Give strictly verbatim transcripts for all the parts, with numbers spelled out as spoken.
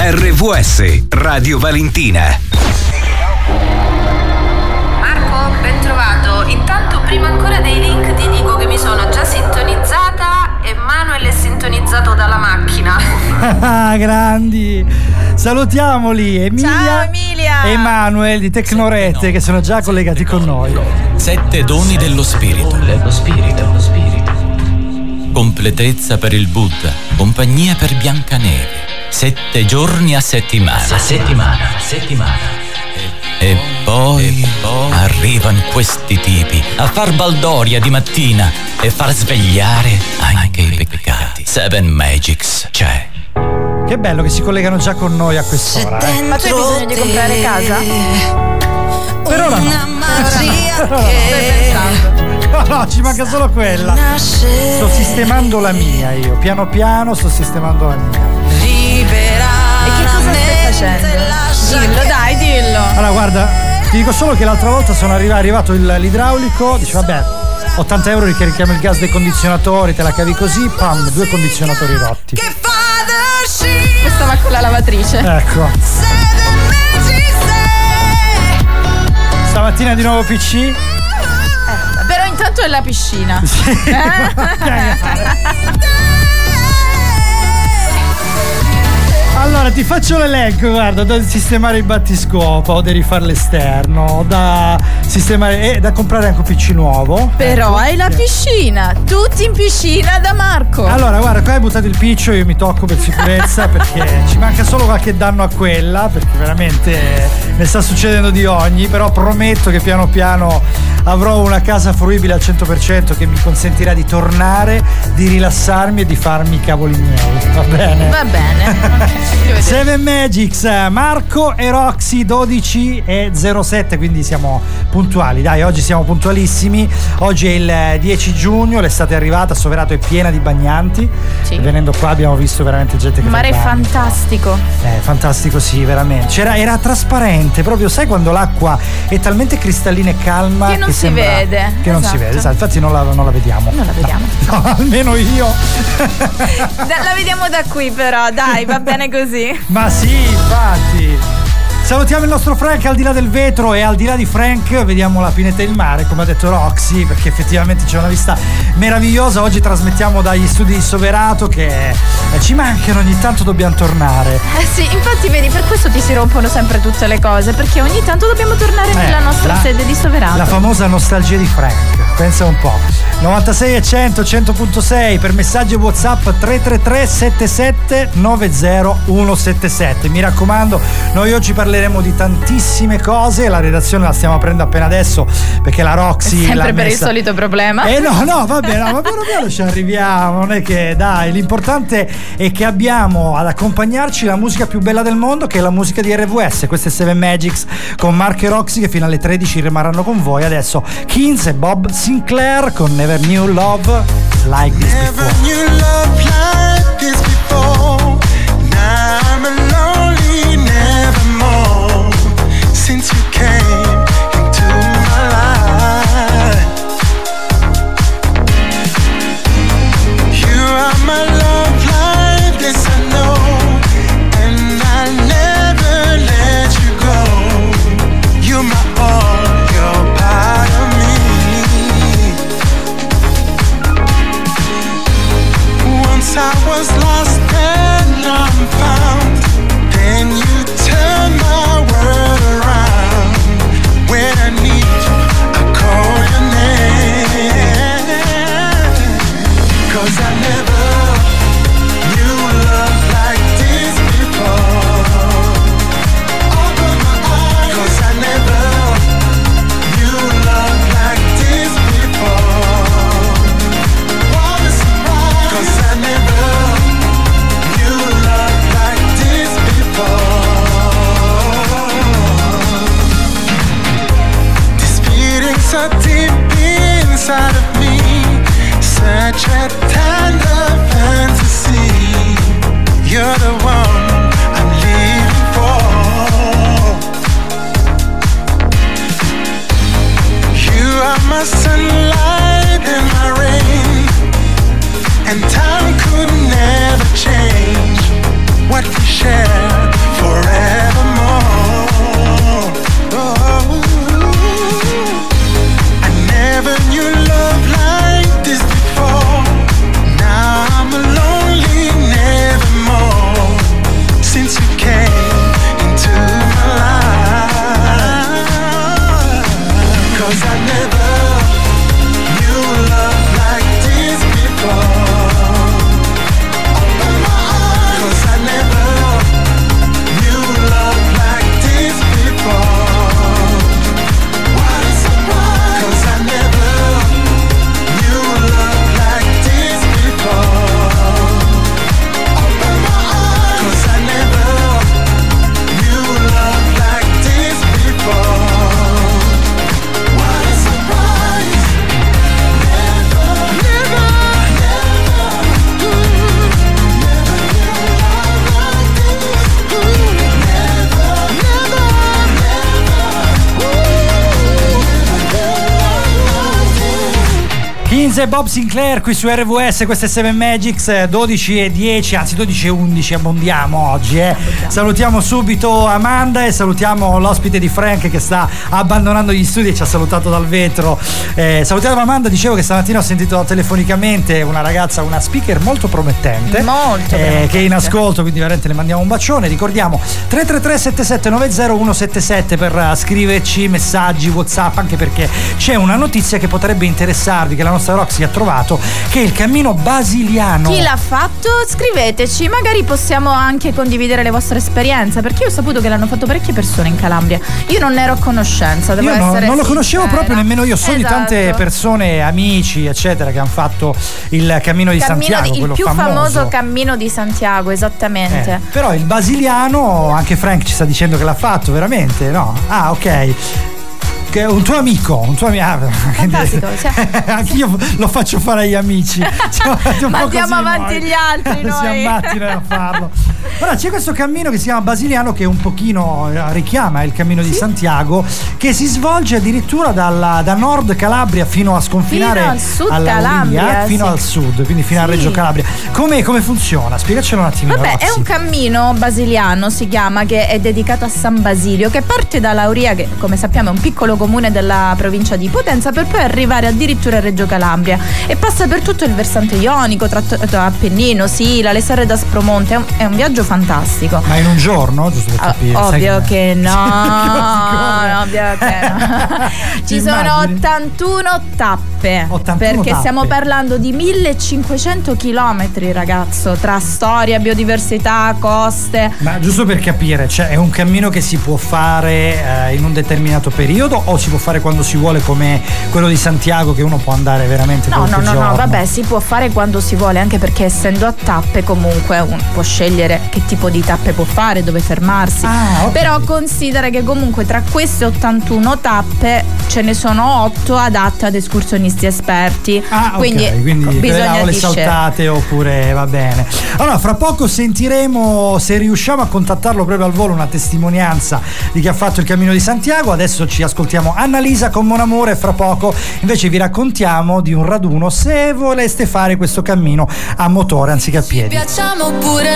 R V S Radio Valentina. Marco, ben trovato. Intanto, prima ancora dei link, ti dico che mi sono già sintonizzata e Manuel è sintonizzato dalla macchina. Ah, grandi! Salutiamoli Emilia, Ciao Emilia e Manuel di Tecnorette che sono già collegati con noi. Sette doni dello spirito. Dello spirito, lo spirito. Completezza per il Buddha, compagnia per Biancaneve. Sette giorni a settimana. A settimana, a settimana. E poi, e poi arrivano questi tipi a far baldoria di mattina e far svegliare anche i peccati. Seven Magics c'è. Che bello che si collegano già con noi a quest'ora. Eh. Ma tu hai bisogno di comprare casa? Per ora no. Per ora no. No, no, ci manca solo quella. Sto sistemando la mia io. Piano piano sto sistemando la mia. E che cosa stai facendo? Dillo, dai, dillo. Allora, guarda, ti dico solo che l'altra volta sono arrivato, arrivato il, l'idraulico. Dice, vabbè, ottanta euro ricarichiamo il gas dei condizionatori, te la cavi così, pam, due condizionatori rotti. Questa va con la lavatrice. Ecco. Stamattina di nuovo P C? Eh, però intanto è la piscina. Sì. Allora ti faccio l'elenco, guarda, da sistemare il battiscopo, da rifare l'esterno, da sistemare e da comprare anche un P C nuovo. Però ecco. hai la piscina, tutti in piscina da Marco. Allora guarda, qua hai buttato il piccio, io mi tocco per sicurezza perché ci manca solo qualche danno a quella, perché veramente ne sta succedendo di ogni, però prometto che piano piano avrò una casa fruibile al cento per cento che mi consentirà di tornare, di rilassarmi e di farmi i cavoli miei, va bene? Va bene. Seven Magics, Marco e Roxy dodici e zero sette, quindi siamo puntuali, dai, oggi siamo puntualissimi. Oggi è il dieci giugno, l'estate è arrivata, Soverato è piena di bagnanti. Sì. E venendo qua abbiamo visto veramente gente che Il mare è fa bagno. fantastico. Eh, fantastico, sì, veramente. C'era, era trasparente, proprio, sai quando l'acqua è talmente cristallina e calma Che non che si sembra, vede. Che non Esatto. si vede, esatto. Infatti non la, non la vediamo. Non la vediamo. No, no, almeno io. Da- la vediamo da qui però, dai, va bene così. Ma sì, infatti. Salutiamo il nostro Frank al di là del vetro, e al di là di Frank vediamo la pineta e il mare, come ha detto Roxy, perché effettivamente c'è una vista meravigliosa. Oggi trasmettiamo dagli studi di Soverato che eh, ci mancano, ogni tanto dobbiamo tornare. Eh sì, infatti vedi, per questo ti si rompono sempre tutte le cose, perché ogni tanto dobbiamo tornare Eh, nella nostra la- sede di Soverato. La famosa nostalgia di Frank, pensa un po'. novantasei e cento, cento punto sei per messaggi WhatsApp tre tre tre sette sette nove zero uno sette sette. Mi raccomando, noi oggi parleremo di tantissime cose, la redazione la stiamo aprendo appena adesso perché la Roxy Sempre l'ha per messa... il solito problema. Eh no, no, va bene, no, ma piano piano ci arriviamo, non è che, dai, l'importante è che abbiamo ad accompagnarci la musica più bella del mondo, che è la musica di R V S. Questo è Seven Magics con Mark e Roxy che fino alle tredici rimarranno con voi. Adesso Kings e Bob Sinclair con Never Knew Love Like This Before. Never knew love like this before. Now I'm lonely, never more. Since you came into my life, you are my love life, this I know, and I'll never let you go. You're my all, you're part of me. Once Prince e Bob Sinclair qui su R V S, queste Seven Magics, dodici e dieci, anzi dodici e undici, abbondiamo oggi, eh. Salutiamo subito Amanda e salutiamo l'ospite di Frank che sta abbandonando gli studi e ci ha salutato dal vetro. Eh, salutiamo Amanda, dicevo che stamattina ho sentito telefonicamente una ragazza, una speaker molto promettente, molto eh, promettente. che è in ascolto, quindi veramente le mandiamo un bacione. Ricordiamo tre tre tre sette sette nove zero uno sette sette per uh, scriverci messaggi WhatsApp, anche perché c'è una notizia che potrebbe interessarvi, che la nostra Roxy ha trovato, che è il cammino basiliano. Chi l'ha fatto? Scriveteci, magari possiamo anche condividere le vostre esperienze, perché io ho saputo che l'hanno fatto parecchie persone in Calabria. Io non ne ero a conoscenza, devo io no, essere non lo sincera. conoscevo proprio nemmeno io, so esatto. di tante persone, amici eccetera, che hanno fatto il cammino di Cammino Santiago, di, il quello più famoso. famoso cammino di Santiago, esattamente. Eh, però il basiliano, anche Frank ci sta dicendo che l'ha fatto, veramente, no? Ah, ok. Che un tuo amico, un tuo amico. Fantastico, cioè, anch'io lo faccio fare agli amici. Cioè, ma andiamo avanti noi. gli altri si noi. ammattinano a farlo. Allora c'è questo cammino che si chiama Basiliano, che un pochino richiama il cammino di Santiago, che si svolge addirittura dalla, da Nord Calabria fino a sconfinare fino al sud alla Calabria, Umbria, fino sì. al sud, quindi fino Sì. a Reggio Calabria. Come, come funziona? Spiegacelo un attimino. Vabbè, Roxy. è un cammino basiliano, si chiama, che è dedicato a San Basilio, che parte da Lauria, che come sappiamo è un piccolo comune della provincia di Potenza, per poi arrivare addirittura a Reggio Calabria e passa per tutto il versante ionico, tra, tra Appennino, Sila, le Serre d'Aspromonte. È un, è un viaggio fantastico. Ma in un giorno, giusto per capire? Ah, sai ovvio com'è? che no, Come? ovvio che no. Ci sono Immagini? ottantuno tappe, ottantuno perché tappe. stiamo parlando di millecinquecento chilometri, ragazzo, tra storia, biodiversità, coste. Ma giusto per capire, cioè è un cammino che si può fare eh, in un determinato periodo, o si può fare quando si vuole, come quello di Santiago, che uno può andare veramente No, qualche no, no, giorno? no, vabbè, si può fare quando si vuole, anche perché essendo a tappe comunque uno può scegliere che tipo di tappe può fare, dove fermarsi. Ah, ok. Però considera che comunque tra queste ottantuno tappe ce ne sono otto adatte ad escursionisti esperti. Ah, ok, quindi, quindi quelle bisogna là o le di scegliere. saltate oppure va bene. Allora, fra poco sentiremo, se riusciamo a contattarlo proprio al volo, una testimonianza di chi ha fatto il cammino di Santiago. Adesso ci ascoltiamo Annalisa con Mon Amore e fra poco invece vi raccontiamo di un raduno, se voleste fare questo cammino a motore anziché a piedi. Piacciamo oppure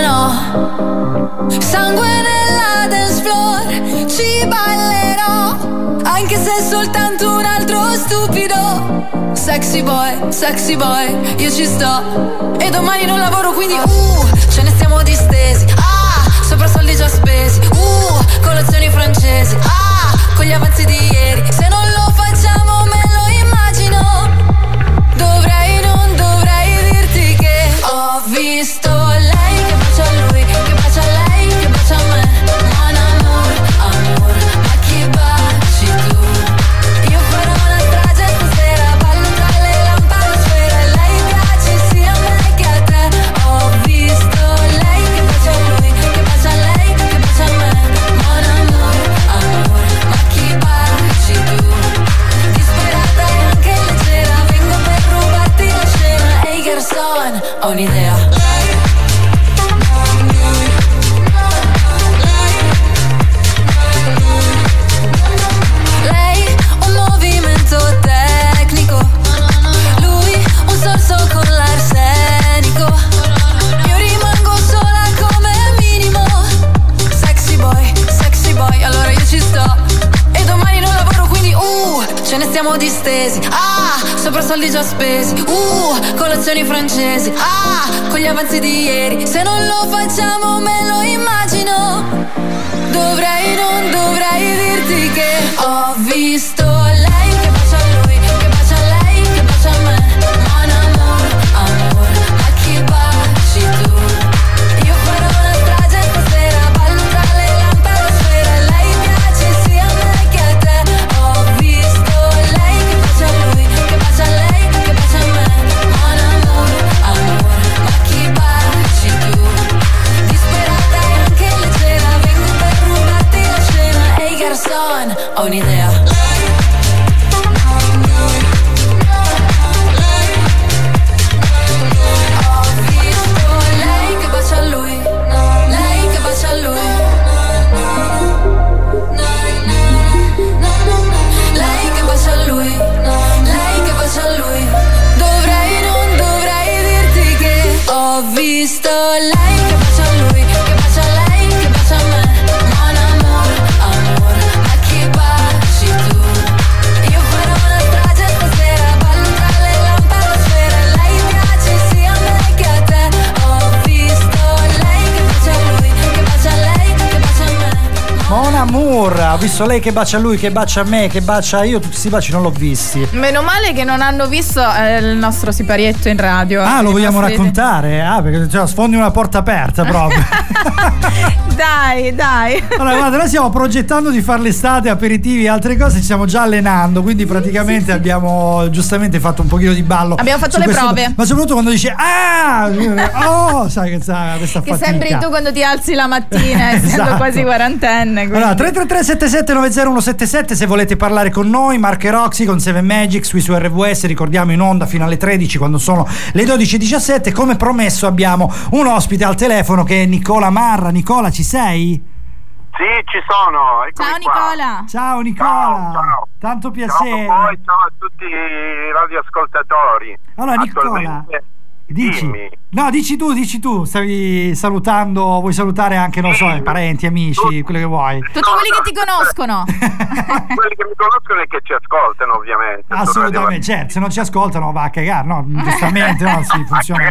no, sangue nella dance floor, ci ballerò, anche se è soltanto un altro stupido. Sexy boy, sexy boy, io ci sto, e domani non lavoro, quindi uh, ce ne stiamo distesi. Ah, sopra soldi già spesi. Uh, colazioni francesi. Ah, con gli avanzi di ieri. Se non lo facciamo me lo immagino. Dovrei, non dovrei dirti che ho visto lei che bacia a lui, che bacia a lei, che bacia a me. Mon amour, amor, ma chi baci tu? Io farò una strage stasera, ballo tra le lampadosfere. Lei piace sia a me che a te. Ho visto lei che bacia a lui, che bacia a lei, che bacia a me. Mon amour, amor, ma chi baci tu? Disperata e anche leggera, vengo per rubarti la scena. Ehi garçon, ho un'idea. Lei un movimento tecnico, lui un sorso con l'arsenico. Io rimango sola come minimo. Sexy boy, sexy boy, allora io ci sto, e domani non lavoro, quindi uh, ce ne stiamo distesi. Ah, sopra soldi già spesi. Uh, colazioni francesi. Ah, con gli avanzi di ieri. Se non lo facciamo me lo immagino. Dovrei, non dovrei dirti che ho visto lei che bacia a lui, che bacia a lei, che bacia a me. Mon amour, amor, ma chi baci tu? Io farò una strage stasera, ballo tra le lampadosfere. Lei piace sia a me che a te. Ho visto lei che bacia a lui, che bacia a lei, che bacia a me. Mon amour, amor, ma chi baci tu? Disperata e anche leggera, vengo per rubarti la scena. Ehi garçon, ho un'idea. Ho visto lei che bacia a lui, lei che bacia a lui. Lei che bacia a lui, lei che bacia a lui. Dovrei visto lei che bacia a lui, che bacia a lei, che bacia a me. Mon amour, amor, ma chi baci tu? Io farò una strage stasera, ballo tra le lampadosfere. Lei piace sia a me che a te. Ho visto lei che bacia a lui, che bacia a lei, che bacia a me. Mon amour, ho visto lei che bacia a lui, che bacia a me, che bacia io, tutti questi baci non l'ho visti. Meno male che non hanno visto eh, il nostro siparietto in radio. Ah, lo vogliamo nostri... raccontare? Ah, perché cioè, sfondi una porta aperta proprio. Dai, dai. Allora, guarda, noi stiamo progettando di fare l'estate, aperitivi e altre cose, ci stiamo già allenando, quindi praticamente sì, sì, abbiamo giustamente fatto un pochino di ballo. Abbiamo fatto le questo, prove. Ma soprattutto quando dice ah! Oh, sai che sta questa che fatica. sembri tu quando ti alzi la mattina, essendo esatto, quasi quarantenne. Quindi. Allora, tre tre tre sette sette nove zero uno sette sette se volete parlare con noi, Mark e Roxy con Seven Magics qui su R V S, ricordiamo in onda fino alle tredici quando sono le dodici e diciassette. Come promesso abbiamo un ospite al telefono che è Nicola Marra. Nicola, ci sei? Sì, ci sono. Eccomi ciao qua. Nicola. Ciao Nicola. Ciao, ciao. Tanto piacere. Ciao a voi, ciao a tutti i radioascoltatori. Allora Nicola, dici, dimmi. no, dici tu, dici tu, stavi salutando, vuoi salutare anche, non so, i parenti, amici, Tutti. quello che vuoi. Tutti quelli che ti conoscono. Quelli che mi conoscono e che ci ascoltano, ovviamente. Assolutamente, certo, se non ci ascoltano va a cagare, no, giustamente, no, sì, funziona un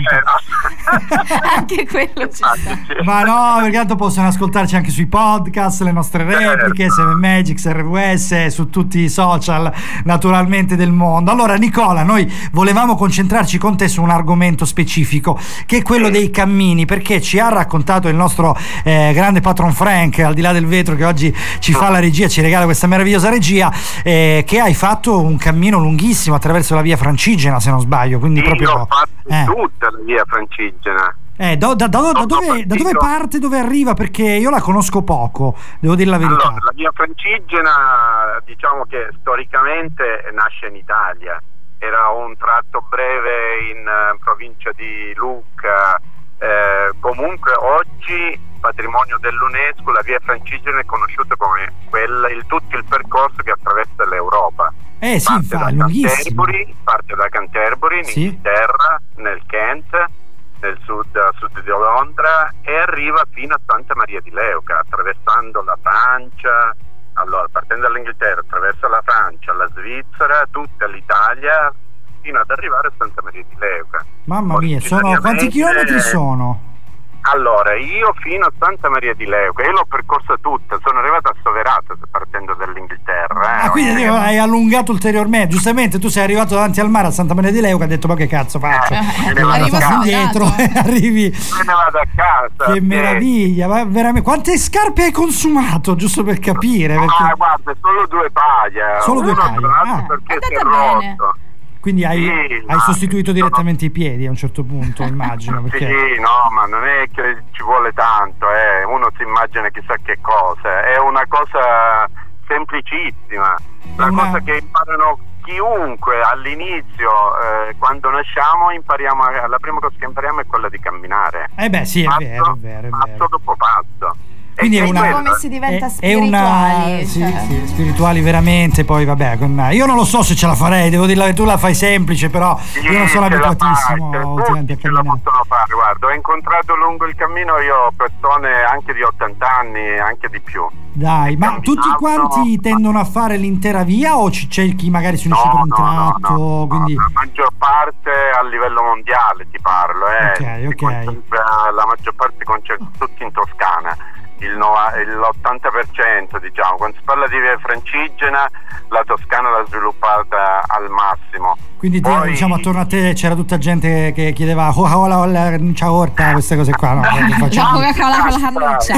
po'. Anche quello ci sta. Ma no, perché tanto possono ascoltarci anche sui podcast, le nostre repliche, Seven Magics, R V S, su tutti i social naturalmente del mondo. Allora Nicola, noi volevamo concentrarci con te su un argomento specifico che è quello dei cammini, perché ci ha raccontato il nostro eh, grande patron Frank, al di là del vetro, che oggi ci fa la regia, ci regala questa meravigliosa regia, eh, che hai fatto un cammino lunghissimo attraverso la via Francigena, se non sbaglio, quindi sì, proprio io ho fatto eh. tutta la via Francigena. Eh, da, da, da, da, dove, da dove parte, dove arriva? Perché io la conosco poco, devo dire la verità. Allora, la via Francigena, diciamo che storicamente nasce in Italia. Era un tratto breve in uh, provincia di Lucca, eh, comunque oggi patrimonio dell'UNESCO. La via Francigena è conosciuta come quel, il, tutto il percorso che attraversa l'Europa. Eh sì, parte, fa, da Canterbury, parte da Canterbury in sì, Inghilterra, nel Kent, nel sud, sud di Londra, e arriva fino a Santa Maria di Leuca, attraversando la Francia. Allora, partendo dall'Inghilterra, attraverso la Francia, la Svizzera, tutta l'Italia, fino ad arrivare a Santa Maria di Leuca. Mamma mia, sono quanti chilometri sono? Allora, io fino a Santa Maria di Leuca, io l'ho percorsa tutta, sono arrivato a Soverato partendo dall'Inghilterra. Eh, ah, quindi ogni... hai allungato ulteriormente, giustamente tu sei arrivato davanti al mare a Santa Maria di Leuca, hai detto ma che cazzo faccio? Eh, me ne vado indietro e arrivi. Me ne vado a casa. Che meraviglia, ma veramente. Quante scarpe hai consumato, giusto per capire? Perché... Ah, guarda, solo due paia. Solo due Uno paia. Ah. perché si è rotto. Quindi hai, sì, hai no, sostituito no, direttamente no. i piedi a un certo punto, immagino. Perché... Sì, no, ma non è che ci vuole tanto, eh. Uno si immagina chissà che cosa, è una cosa semplicissima, la una... cosa che imparano chiunque all'inizio, eh, quando nasciamo impariamo, la prima cosa che impariamo è quella di camminare. Eh beh sì, è passo, vero, è vero, è vero. Passo dopo passo. Quindi è una, come si diventa è, spirituali, è una, sì, cioè. sì, spirituali veramente. Poi vabbè, con, io non lo so se ce la farei, devo dire, tu la fai semplice, però sì, io non sono abituatissimo ultimamente a camminare. Ce la possono fare, guarda, ho incontrato lungo il cammino io persone anche di ottanta anni, anche di più. Dai, ma tutti quanti tendono a fare l'intera via o c'è chi magari si unisce no, per un no, tratto? No, no, quindi... no, la maggior parte a livello mondiale ti parlo, eh. Ok, ok. La maggior parte concentra tutti in Toscana. Il no, l'ottanta per cento, diciamo, quando si parla di via Francigena la Toscana l'ha sviluppata al massimo. Quindi Poi... diciamo attorno a te c'era tutta gente che chiedeva oh, oh, oh, la ciaorta, queste cose qua, no? Facciamo la cannuccia.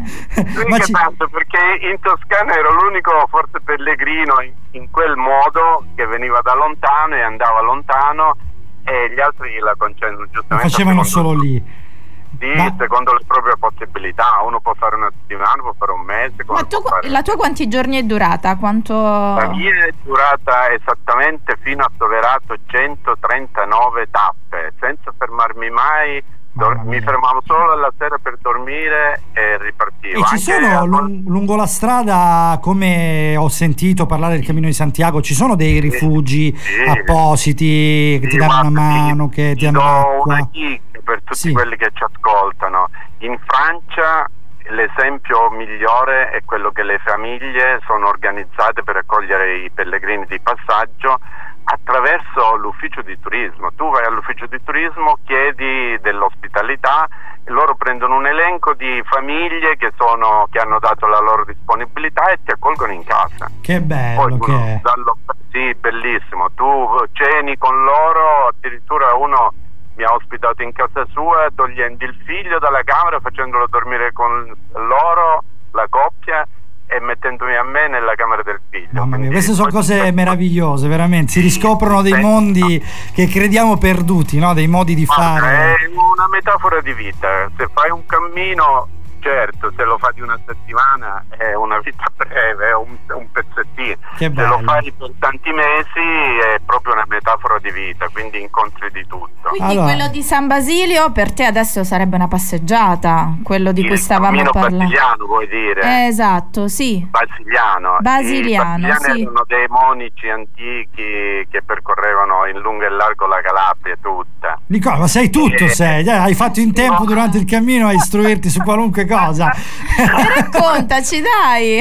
Ma ci... tanto, perché in Toscana ero l'unico forse pellegrino in, in quel modo che veniva da lontano e andava lontano, e gli altri la concentrano giustamente. La facevano solo lì. Sì, ma... secondo le proprie possibilità, uno può fare una settimana, può fare un mese. Ma tu, fare... la tua quanti giorni è durata? Quanto... La mia è durata esattamente fino a Soverato centotrentanove tappe, senza fermarmi mai. Dor- mi fermavo solo alla sera per dormire e ripartivo. E ci sono a... lung- lungo la strada, come ho sentito parlare del Cammino di Santiago, ci sono dei rifugi sì, appositi che sì, ti danno una mano, ti, che ti, ti danno do acqua. una chicca per tutti Sì. quelli che ci ascoltano. In Francia l'esempio migliore è quello che le famiglie sono organizzate per accogliere i pellegrini di passaggio attraverso l'ufficio di turismo. Tu vai all'ufficio di turismo, chiedi dell'ospitalità e loro prendono un elenco di famiglie che sono che hanno dato la loro disponibilità e ti accolgono in casa. Che bello Poi, che è. dallo- sì, bellissimo. Tu ceni con loro, addirittura uno mi ha ospitato in casa sua togliendo il figlio dalla camera, facendolo dormire con loro, la coppia, e mettendomi a me nella camera del figlio. Mamma mia, Quindi, queste sono cose questo- meravigliose, veramente. Si Sì, riscoprono dei sì. mondi che crediamo perduti, no? Dei modi di Guarda, fare. è una metafora di vita. Se fai un cammino, certo, se lo fai di una settimana è una vita breve, è un, un pezzettino. Che Se bello. lo fai per tanti mesi è proprio una metafora di vita, quindi incontri di tutto. Quindi Allora. quello di San Basilio per te adesso sarebbe una passeggiata, quello di Il cui stavamo cammino parlando. basiliano, vuoi dire? Eh, esatto, sì. Basiliano. Basiliano, I basiliani sì. erano dei monici antichi che percorrevano in lungo e largo la Calabria tutta. Nicola, ma sai tutto, Eh, sei, eh, hai fatto in tempo no. durante il cammino a istruirti su qualunque cosa. E raccontaci, dai.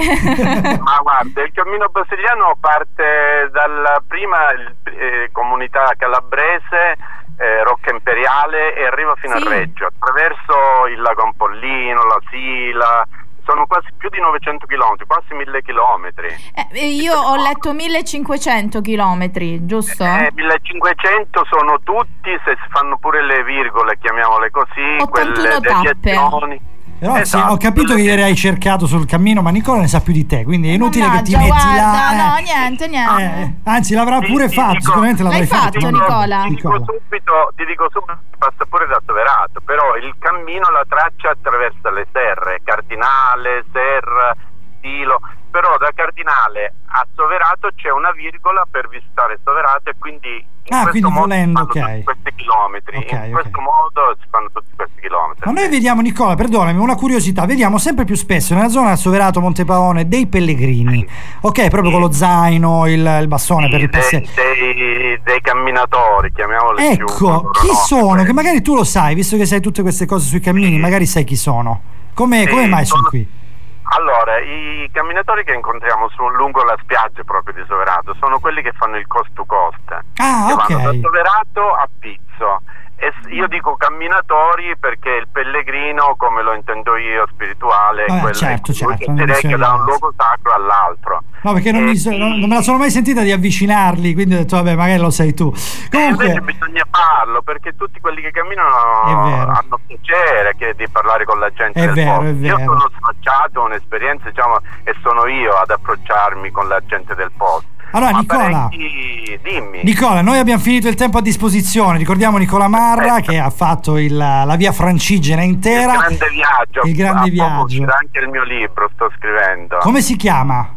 Ma guarda, il cammino basiliano parte dalla prima eh, comunità calabrese, eh, Rocca Imperiale, e arriva fino Sì. a Reggio, attraverso il lago Ampollino, la Sila. Sono quasi più di novecento chilometri, quasi mille chilometri. Eh, io ho letto millecinquecento chilometri, giusto? Eh, millecinquecento sono tutti, se si fanno pure le virgole, chiamiamole così, ottantuno quelle tappe. deviazioni. Però sì, Esatto. ho capito che ieri hai cercato sul cammino, ma Nicola ne sa più di te, quindi è inutile che ti Mannaggia, metti guarda, là. no, eh. niente, niente. Eh, anzi, l'avrà Sì, pure sì, fatto, dico- sicuramente l'avrai L'hai fatto, Ti dico- Nicola? Ti dico Nicola. subito, ti dico subito che passa pure da Soverato, però il cammino, la traccia attraversa le serre, Cardinale, Serra, Stilo, però da Cardinale a Soverato c'è una virgola per visitare Soverato, e quindi in Ah, questo quindi modo volendo, si fanno ok. tutti questi chilometri, Ok, in ok. questo modo si fanno tutti questi chilometri. Ma noi vediamo, Nicola, perdonami, una curiosità, vediamo sempre più spesso nella zona Soverato, Montepaone dei pellegrini, ok, proprio con lo zaino, il, il bastone per il dei, passeggio. dei, dei camminatori, chiamiamoli più. Ecco, loro chi nomi, sono? quelli. Che magari tu lo sai, visto che sai tutte queste cose sui cammini, Sì. magari sai chi sono. Come, Sì, come mai sono sono- qui? Allora, i camminatori che incontriamo su, lungo la spiaggia proprio di Soverato sono quelli che fanno il coast to coast, Ah, che ok. vanno da Soverato a Pizzo. E s- io dico camminatori perché il pellegrino, come lo intendo io, spirituale, è Vabbè, quello certo, che certo, si non reca bisogna- da un luogo sacro all'altro. No, perché non, E mi so- chi- non- non me la sono mai sentita di avvicinarli, quindi ho detto, vabbè, magari lo sai tu. E Comunque, invece bisogna farlo, perché tutti quelli che È camminano vero. hanno piacere che di parlare con la gente È del vero, posto. è Io vero. sono sfacciato, ho un'esperienza, diciamo, e sono io ad approcciarmi con la gente del posto. Allora, Ma Nicola, parecchi- dimmi. Nicola, noi abbiamo finito il tempo a disposizione. Ricordiamo Nicola Marra che ha fatto il- la via Francigena intera. Il grande viaggio. Il grande A poco viaggio. uscirà anche il mio libro, sto scrivendo. Come si chiama?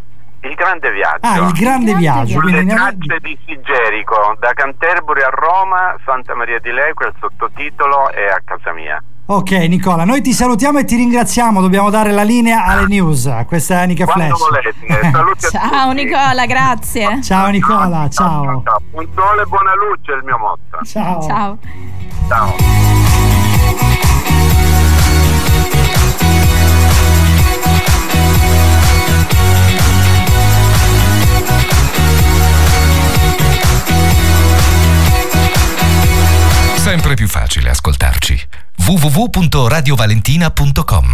Il grande viaggio. Ah, il grande grande viaggio. viaggio. Sulle Quindi ne- tracce di Sigerico, da Canterbury a Roma, Santa Maria di Leuca, il sottotitolo è A casa mia. Ok, Nicola, noi ti salutiamo e ti ringraziamo. Dobbiamo dare la linea alle news. Questa è Nica Quando Flash. volete, saluti a Ciao tutti. Nicola, grazie. Ciao Nicola, ciao. Un sole e buona luce è il mio motto. Ciao. Ciao. Ciao. Sempre più facile ascoltarci. w w w punto radio valentina punto com.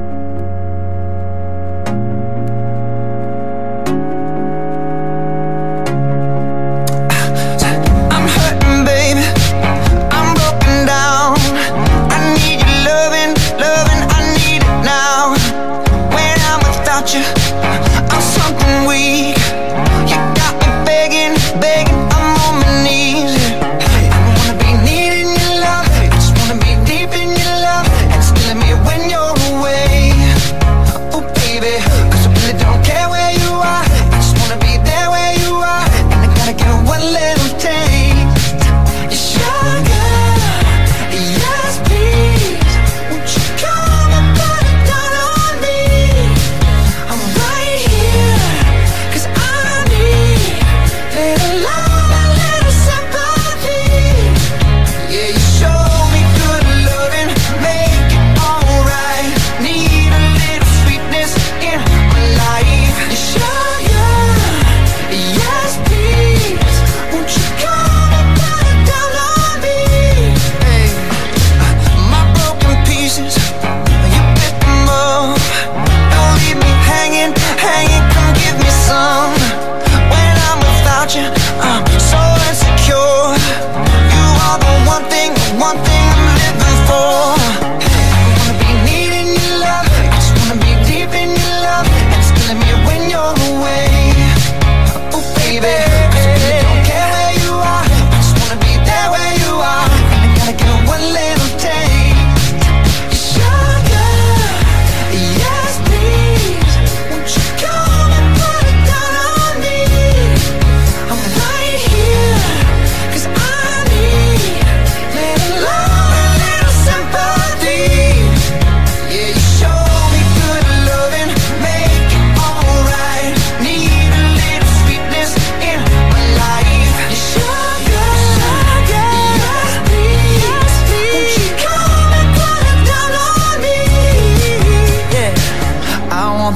I'm hurting, baby. I'm broken down. I need your loving, loving. I need it now. When I'm without you, I'm something weak. You got me begging, begging. I'm on my knees. I don't wanna be needing your love. I just wanna be deep in your love and stealing me when you're away.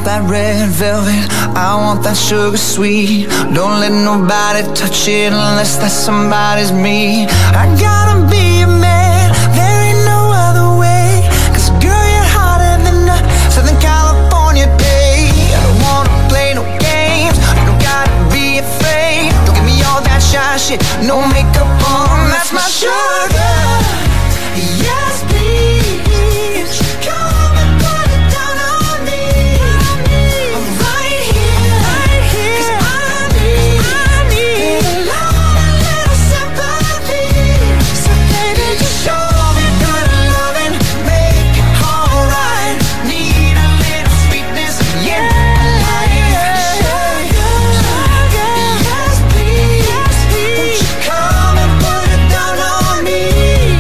want that red velvet, I want that sugar sweet. Don't let nobody touch it unless that somebody's me. I gotta be a man, there ain't no other way. Cause girl, you're hotter than a Southern California day. I don't wanna play no games, you don't gotta be afraid. Don't give me all that shy shit, no makeup on, that's my sugar. Yes, please, come and put it down on me. I'm right here, right here, 'cause I need, I need a love, a little sympathy. So baby, just show me good loving, make it alright. Need a little sweetness, yeah, yeah, yeah, yeah. Yes, please, yes, please, won't you come and put it down on me.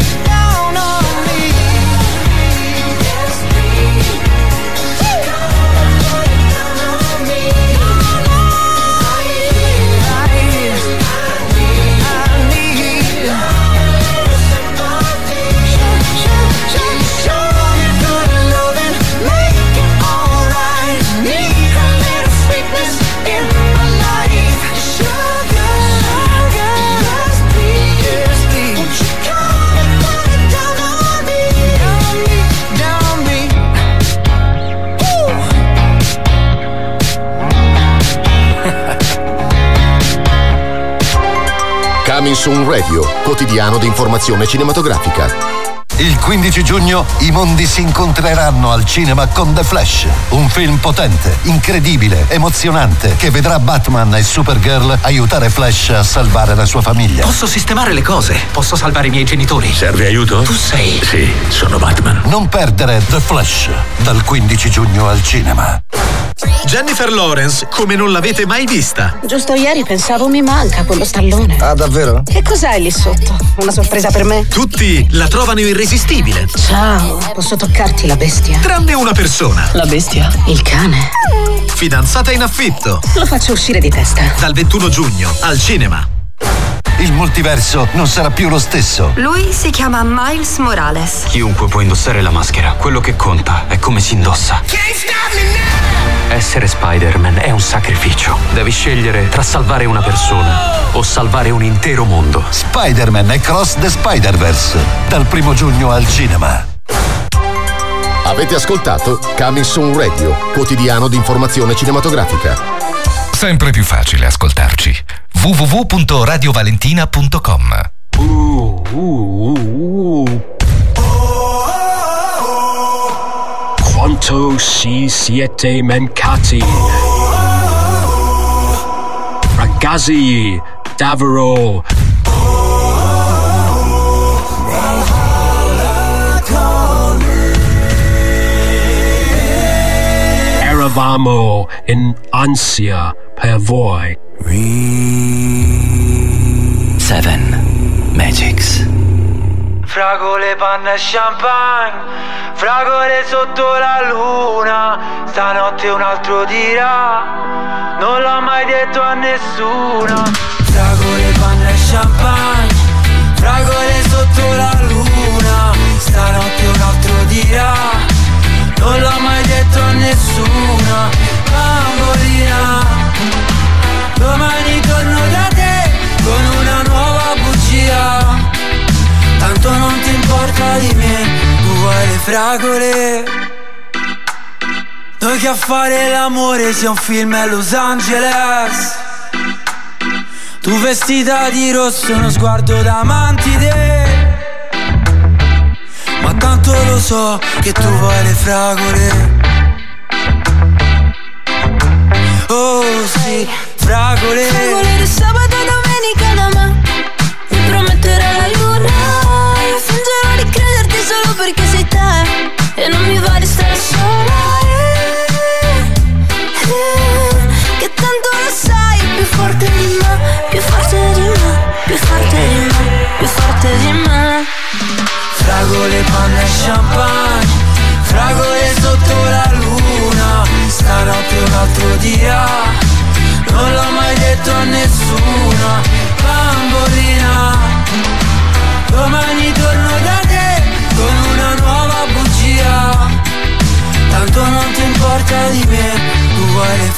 Coming Soon Radio, quotidiano di informazione cinematografica. Il quindici giugno i mondi si incontreranno al cinema con The Flash, un film potente, incredibile, emozionante, che vedrà Batman e Supergirl aiutare Flash a salvare la sua famiglia. Posso sistemare le cose, posso salvare i miei genitori. Serve aiuto? Tu sei... Sì, sono Batman. Non perdere The Flash, dal quindici giugno al cinema. Jennifer Lawrence, come non l'avete mai vista. Giusto ieri pensavo mi manca quello stallone. Ah, davvero? Che cos'hai lì sotto? Una sorpresa per me? Tutti la trovano irresistibile. Ciao, posso toccarti la bestia? Tranne una persona. La bestia? Il cane? Fidanzata in affitto. Lo faccio uscire di testa. Dal ventuno giugno, al cinema. Il multiverso non sarà più lo stesso. Lui si chiama Miles Morales. Chiunque può indossare la maschera. Quello che conta è come si indossa. Essere Spider-Man è un sacrificio. Devi scegliere tra salvare una persona o salvare un intero mondo. Spider-Man Across the Spider-Verse, dal primo giugno al cinema. Avete ascoltato Coming Soon Radio, quotidiano di informazione cinematografica. Sempre più facile ascoltarci. w w w punto radio valentina punto com. Uh, uh, uh, uh. Quanto si siete mancati, ragazzi, davvero. Eravamo in ansia per voi. Seven Magics. Fragole, panna e champagne, fragole sotto la luna, stanotte un altro dirà, non l'ho mai detto a nessuno. Fragole, panna e champagne, fragole sotto la luna, stanotte un altro dirà, non l'ho mai detto a nessuno. Bambolina, domani torno da te con una nuova bugia. Tanto non ti importa di me, tu vuoi le fragole. Noi che a fare l'amore sia un film a Los Angeles. Tu vestita di rosso, uno sguardo da mantide. Ma tanto lo so che tu vuoi le fragole. Oh sì, fragole. Fragole di sabato e domenica da me. Mi prometterai la luna. Io fingerò di crederti solo perché sei te e non mi va di stare sola. Eh, eh, che tanto lo sai, più forte di me, più forte di me, più forte di me, più forte di me. Fragole, panna e champagne, fragole sotto la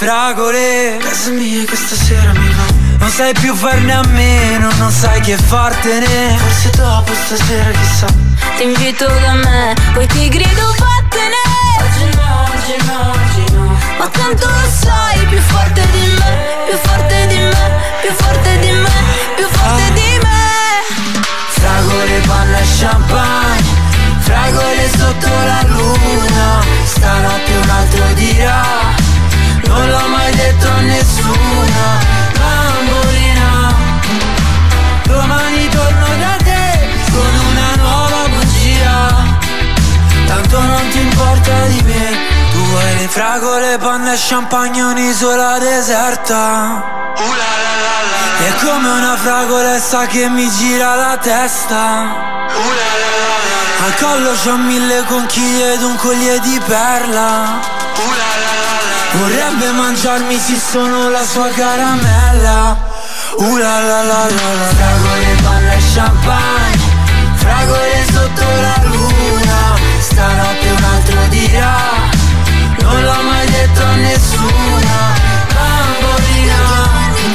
fragole. Casa mia questa sera mi va. Non sai più farne a meno, non sai che fartene. Forse dopo stasera chissà. Ti invito da me, poi ti grido vattene. Oggi no, oggi no, oggi no. Ma tanto lo sai, più forte di me, più forte di me, più forte di me, più forte ah. di me. Fragole, panna e champagne, fragole sotto la luna. Stanotte un altro dirà, non l'ho mai detto a nessuna. Bambolina, domani torno da te con una nuova bugia. Tanto non ti importa di me. Tu hai le fragole, panna e champagne, un'isola deserta. Uh, la, la, la, la. È come una fragolessa che mi gira la testa. Uh, la, la, la, la. Al collo c'ho mille conchiglie ed un collier di perla. Uh, la, la, la, la. Vorrebbe mangiarmi se sono la sua caramella. Uh, la, la, la, la, la. Fragole, panna e champagne, fragole sotto la luna. Stanotte un altro dirà, non l'ho mai detto a nessuna. Bambolina,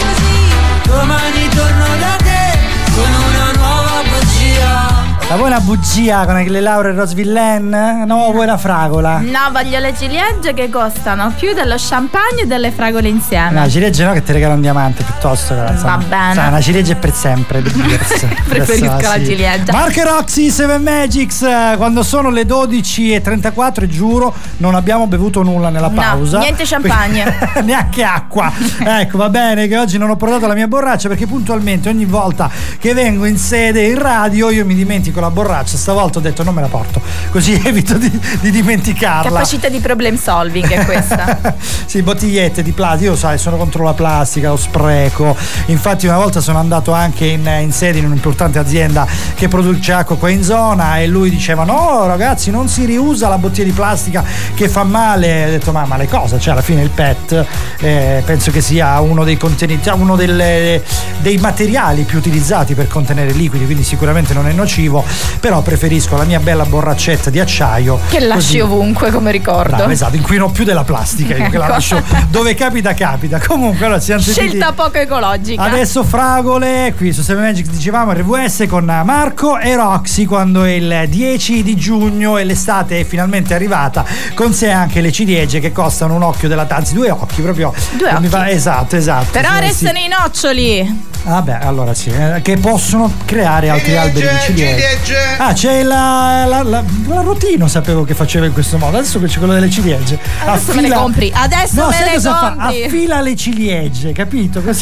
domani torno da te con una nuova bugia. Ma vuoi una bugia con le lauree Rose Villain? No, vuoi la fragola? No, voglio le ciliegie che costano più dello champagne e delle fragole insieme. No, ciliegie no, che ti regala un diamante piuttosto. Va insomma, bene. Sai, una ciliegia è per sempre. Preferisco la sì. ciliegia. Mark e Roxy, Seven Magics. Quando sono le dodici e trentaquattro, giuro, non abbiamo bevuto nulla nella pausa. No, niente champagne. Neanche acqua. Ecco, va bene che oggi non ho portato la mia borraccia perché puntualmente ogni volta che vengo in sede in radio io mi dimentico la borraccia. Stavolta ho detto non me la porto, così evito di, di dimenticarla. Capacità di problem solving è questa. Sì, bottigliette di plastica. Io sai, sono contro la plastica, lo spreco. Infatti una volta sono andato anche in, in sede in un'importante azienda che produce acqua qua in zona e lui diceva no ragazzi, non si riusa la bottiglia di plastica che fa male. Ho detto ma male cosa? Cioè alla fine il P E T eh, penso che sia uno dei contenitori, uno delle, dei materiali più utilizzati per contenere liquidi, quindi sicuramente non è nocivo. Però preferisco la mia bella borraccetta di acciaio che lasci così ovunque come ricordo. Bravo, esatto, inquino più della plastica io, ecco. Che la lascio dove capita capita. Comunque allora siamo scelta sentiti. Poco ecologica. Adesso fragole qui su Seven Magics, dicevamo R V S con Marco e Roxy, quando è il dieci di giugno e l'estate è finalmente arrivata, con sé anche le ciliegie che costano un occhio della anzi due occhi proprio due occhi. Mi fa, esatto esatto però sì, restano sì. i noccioli. Vabbè, allora sì, eh, che possono creare altri alberi di ciliegie. Ah, c'è la, la, la, la Rotino, sapevo che faceva in questo modo. Adesso che c'è quello delle ciliegie. Adesso affila... me le compri. Adesso no, me le cosa compri. Fa? Affila le ciliegie, capito? Così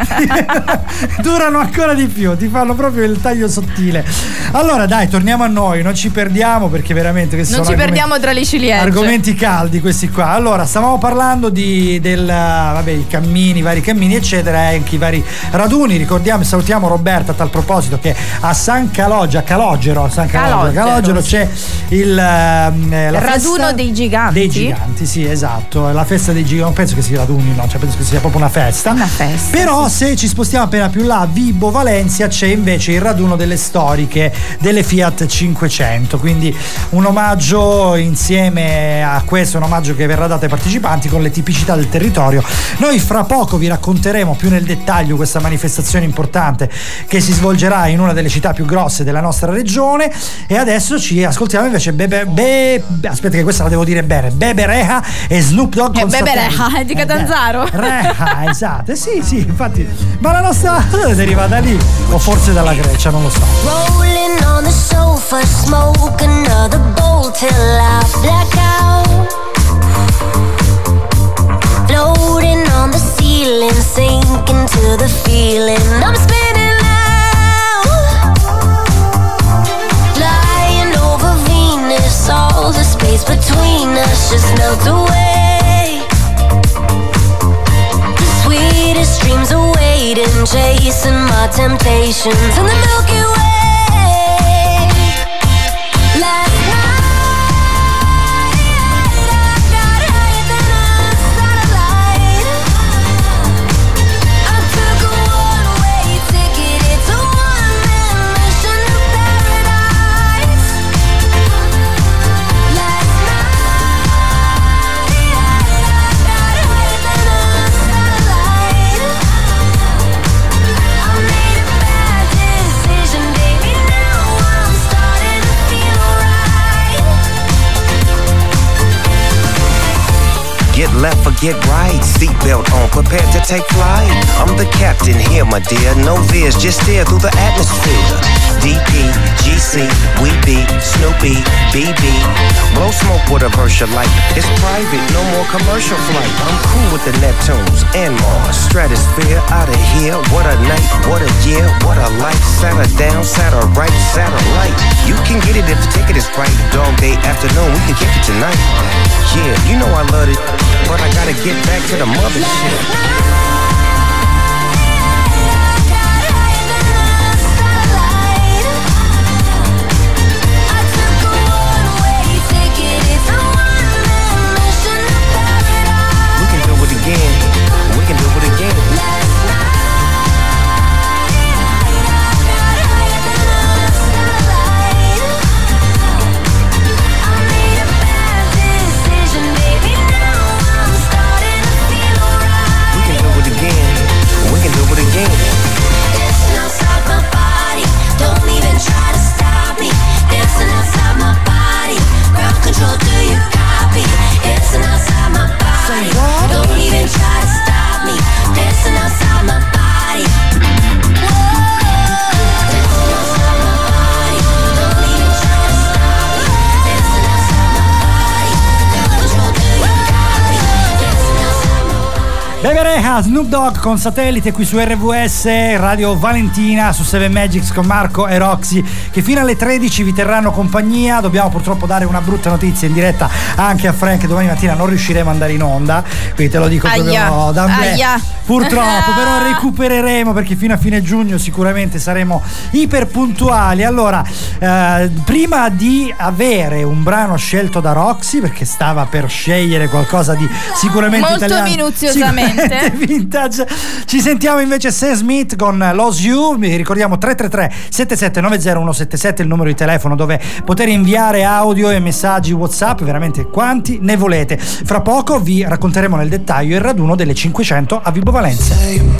durano ancora di più, ti fanno proprio il taglio sottile. Allora dai, torniamo a noi, non ci perdiamo perché veramente questi non sono ci perdiamo tra le ciliegie. Argomenti caldi questi qua. Allora, stavamo parlando di del vabbè, i cammini, i vari cammini, eccetera, e anche i vari raduni. Ricordiamo e salutiamo Roberta a tal proposito che a San Calogero, a Calogero, a San Calogero, Calogero, Calogero sì. C'è il eh, la raduno dei giganti. Dei giganti, sì, esatto. La festa dei giganti, non penso che sia raduni, no, cioè penso che sia proprio una festa. Una festa. Però sì. Se ci spostiamo appena più là, Vibo Valencia, c'è invece il raduno delle storiche delle Fiat cinquecento, quindi un omaggio insieme a questo, un omaggio che verrà dato ai partecipanti con le tipicità del territorio. Noi fra poco vi racconteremo più nel dettaglio questa manifestazione importante che si svolgerà in una delle città più grosse della nostra regione. E adesso ci ascoltiamo invece Bebe, Be, aspetta che questa la devo dire bene, Bebe Rexha e Snoop Dogg con Bebe Rexha è di Catanzaro. eh, Rexha, esatto, eh, sì sì, infatti, ma la nostra deriva da lì o forse dalla Grecia, non lo so. Rolling on the sofa, smoke another bowl till I black out. Floating on the ceiling, sinking to the feeling. I'm spinning now, flying over Venus. All the space between us just melt away. The sweetest dreams are waiting, chasing my temptations in the Milky Way. Last night get left or get right. Seatbelt on, prepared to take flight. I'm the captain here, my dear. No fears, just steer through the atmosphere. D P, G C, we be Snoopy, B B. Blow smoke with a Versha light. It's private, no more commercial flight. I'm cool with the Neptunes and Mars. Stratosphere, out of here. What a night, what a year, what a life. Sat her down, sat her right, satellite. You can get it if the ticket is right. Dog day afternoon, we can kick it tonight. Yeah, you know I love it, but I gotta get back to the mothership. We can do it again. Bebe Rexha, Snoop Dogg con Satellite qui su R V S, Radio Valentina, su Seven Magics con Marco e Roxy, che fino alle tredici vi terranno compagnia. Dobbiamo purtroppo dare una brutta notizia in diretta anche a Frank: domani mattina non riusciremo ad andare in onda, quindi te lo dico Aia. proprio da Aia. purtroppo, però recupereremo, perché fino a fine giugno sicuramente saremo iper puntuali. Allora, eh, prima di avere un brano scelto da Roxy, perché stava per scegliere qualcosa di sicuramente molto italiano, minuziosamente vintage, ci sentiamo invece Sam Smith con Lose You. Vi ricordiamo tre tre tre sette sette nove zero uno sette sette il numero di telefono dove poter inviare audio e messaggi WhatsApp, veramente quanti ne volete. Fra poco vi racconteremo nel dettaglio il raduno delle cinquecento a Vibo Valenza.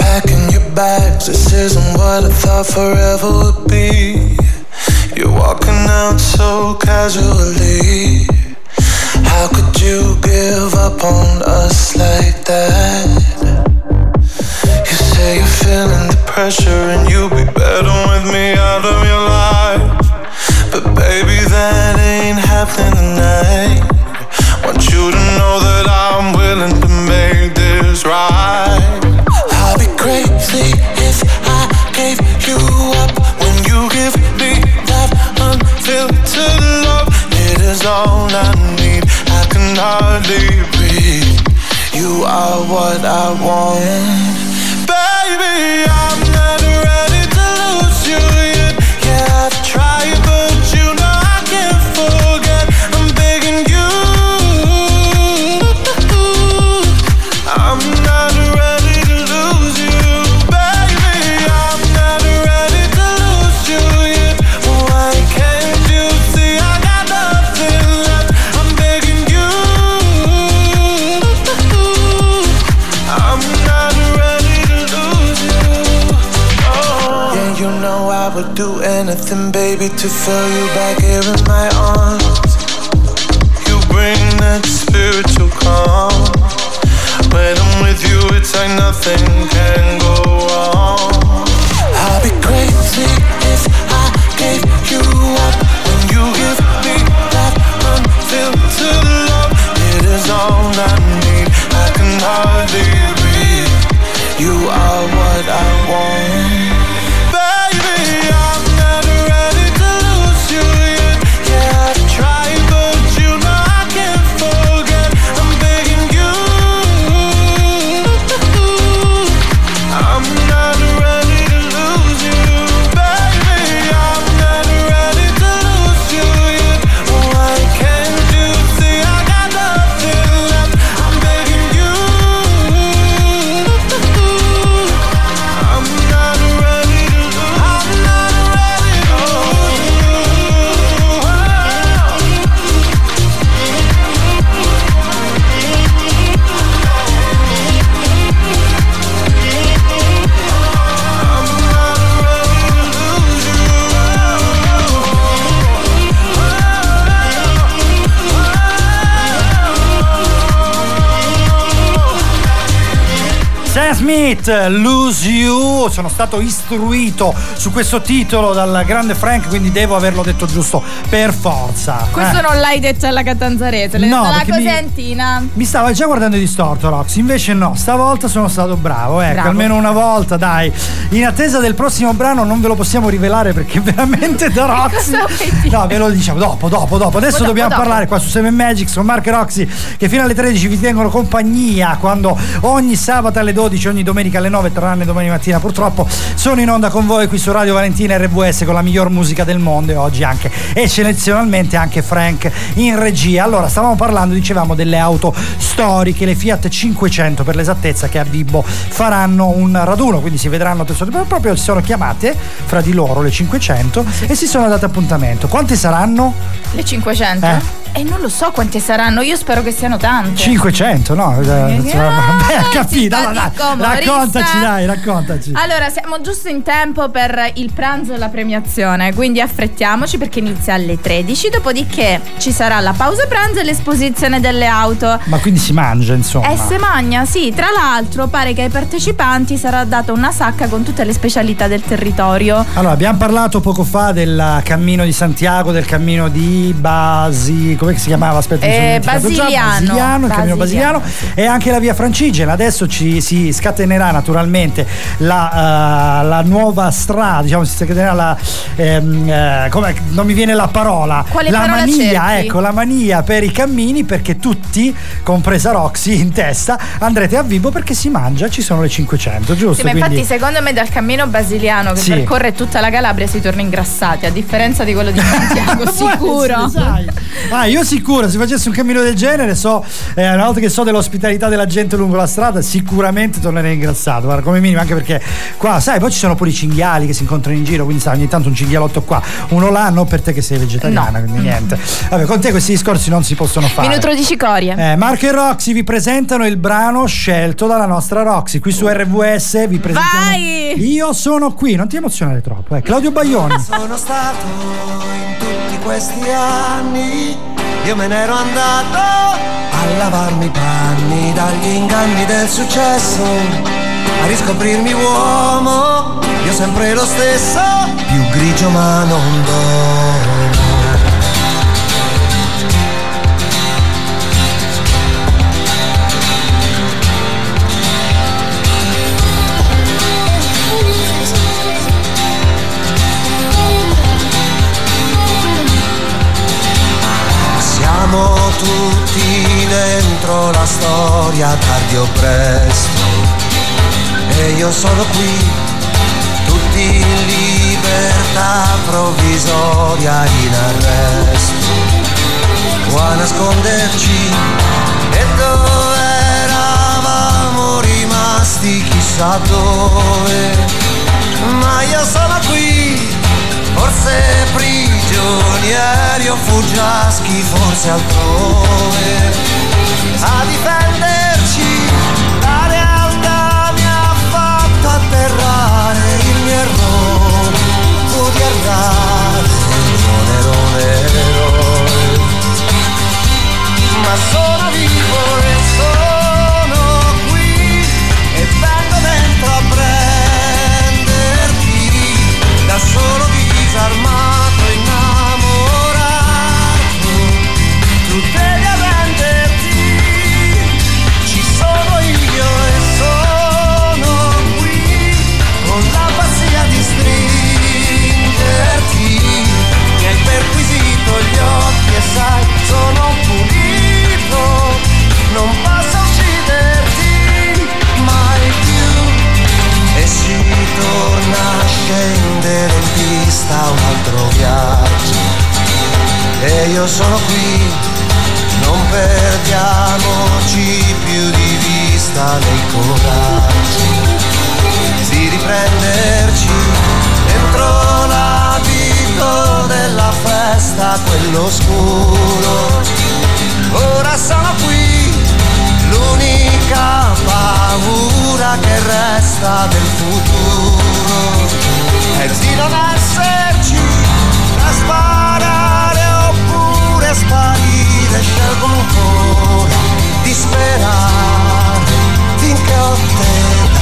You're walking out so casually. How could you give up on us like that? You say you're feeling the pressure and you'll be better with me out of your life. But baby, that ain't happening tonight. Want you to know that I'm willing to make this right. I'll be crazy if I gave you up when you give me that unfiltered love. It is all I need, I can hardly breathe. You are what I want. Baby, I'm not ready to lose you yet. Yeah, I've tried, but you know I can't forget. I'm begging you. I'm not ready to lose you. Baby, I'm not ready to lose you yet. Why can't you see I got nothing left? I'm begging you. I'm not ready to lose you. Oh. Yeah, you know I would do anything, baby, to feel you back here in my arms. You bring that spiritual calm. When I'm with you, it's like nothing can go wrong. I'll be crazy if I gave you up when you give me that unfiltered love. It is all I need, I can hardly breathe. You are what I want. Baby, I'm not ready to lose you yet. Yeah, I've tried, but you know I can't forget. I'm begging you. I'm not ready to lose you. Baby, I'm not ready to lose you yet. Why can't you see I got nothing left? I'm begging you. I'm not Sam Smith, Lose You. Sono stato istruito su questo titolo dal grande Frank, quindi devo averlo detto giusto per forza. Questo eh. non l'hai detto alla catanzarese, l'hai No, detto alla perché mi- cosentina. Mi stava già guardando distorto, Roxy, invece no, stavolta sono stato bravo, ecco, Bravo. almeno una volta, dai. In attesa del prossimo brano non ve lo possiamo rivelare perché veramente da Roxy. No, ve lo diciamo dopo, dopo, dopo. Adesso Dopo, dobbiamo dopo. parlare qua su Seven Magics con Mark e Roxy, che fino alle tredici vi tengono compagnia quando ogni sabato alle dodici, ogni domenica alle nove, tranne domani mattina purtroppo, sono in onda con voi qui su Radio Valentina R V S con la miglior musica del mondo, e oggi anche eccezionalmente anche Frank in regia. Allora, stavamo parlando, dicevamo, delle auto storiche, le Fiat cinquecento per l'esattezza, che a Vibo faranno un raduno, quindi si vedranno tesoro, proprio si sono chiamate fra di loro le cinquecento e si sono date appuntamento. Quante saranno? Le cinquecento? Eh. E non lo so quante saranno, io spero che siano tante. cinquecento, no? Eh, Vabbè, capito, allora, dai, simpatico, raccontaci, umorista. dai, raccontaci. Allora, siamo giusto in tempo per il pranzo e la premiazione, quindi affrettiamoci perché inizia alle tredici, dopodiché ci sarà la pausa pranzo e l'esposizione delle auto. Ma quindi si mangia, insomma. E se magna, sì. Tra l'altro pare che ai partecipanti sarà data una sacca con tutte le specialità del territorio. Allora, abbiamo parlato poco fa del cammino di Santiago, del cammino di Basi, come si chiamava? Aspetta, mi sono Eh, dimenticato già. Basiliano. Basiliano, il cammino Basiliano, basiliano, e anche la via Francigena. Adesso ci si scatenerà naturalmente la, uh, la nuova strada, diciamo, si scatenerà la ehm, eh, come, non mi viene la parola. Quale la parola mania, cerchi? ecco, la mania per i cammini, perché tutti, compresa Roxy in testa, andrete a Vibo perché si mangia, ci sono le cinquecento, giusto? Sì, ma infatti Quindi- secondo me dal cammino basiliano che Sì. percorre tutta la Calabria si torna ingrassati, a differenza di quello di Santiago, sicuro. Sai. Ah, io sicuro, se facessi un cammino del genere, so, eh, una volta che so dell'ospitalità della gente lungo la strada, sicuramente tornerei ingrassato, guarda, come minimo, anche perché qua, sai, poi ci sono pure i cinghiali che si incontrano in giro, quindi sai, ogni tanto un cinghialotto qua, uno là, non per te che sei vegetariana, No. quindi niente. Vabbè, con te questi discorsi non si possono fare. Minuto di cicorie. Eh, Marco e Roxy vi presentano il brano scelto dalla nostra Roxy. Qui su R V S vi presentiamo Vai! Io sono qui, non ti emozionare troppo, eh. Claudio Baglioni. Sono stato in tutti questi anni, io me ne ero andato a lavarmi i panni dagli inganni del successo, a riscoprirmi uomo, io sempre lo stesso, più grigio ma non dono. Siamo tutti dentro la storia, tardi o presto, e io sono qui, tutti in libertà provvisoria, in arresto, o a nasconderci, e dove eravamo rimasti chissà dove, ma io sono qui, forse prigionieri o fuggiaschi, forse altrove, a difenderci. La realtà mi ha fatto atterrare, il mio errore fu di errare, non ero un eroe, ma sono vivo e sono qui, e vengo dentro a prenderti, da solo disarmato, innamorato, tu devi arrenderti, ci sono io e sono qui, con la pazzia di stringerti, mi hai perquisito gli occhi e sai, sono pulito, non posso ucciderti mai più, e si torna a scendere in pista un altro viaggio, e io sono qui, non perdiamoci più di vista nei coraggi di riprenderci dentro l'abito della festa, quello scuro, ora sono qui, l'unica paura che resta del futuro è di non esserci, da sparare oppure sparire, scelgo ancora di sperare finché ho te.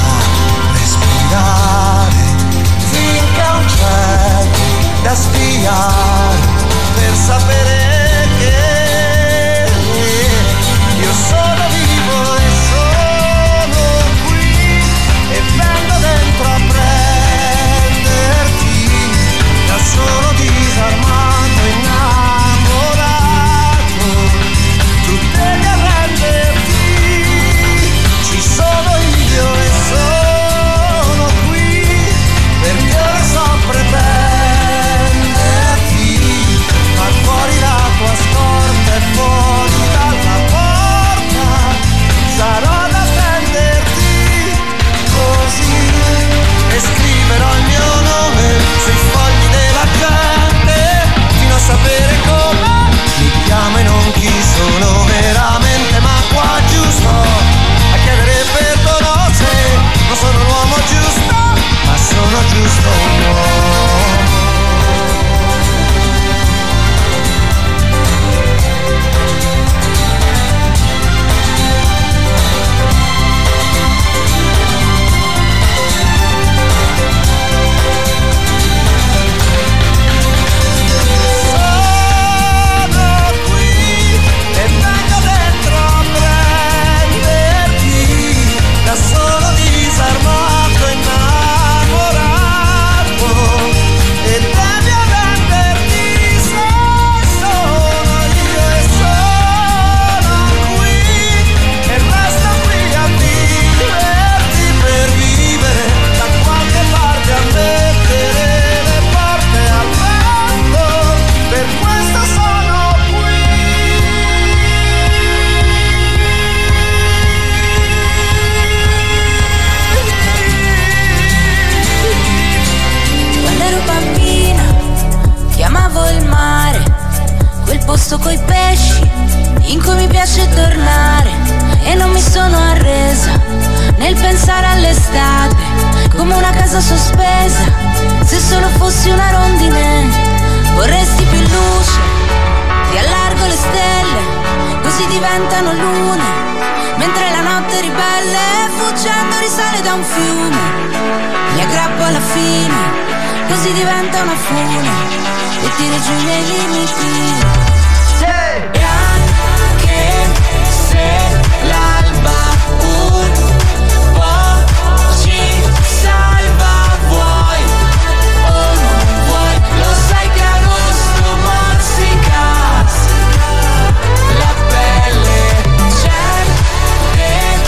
una casa sospesa, se solo fossi una rondine, vorresti più luce, ti allargo le stelle, così diventano lune, mentre la notte ribelle, fuggendo risale da un fiume, mi aggrappo alla fine, così diventa una fune, e tiro giù i miei limiti. E anche se l'alba un po' ci salva, vuoi o non vuoi, lo sai che agosto morsica la pelle, certe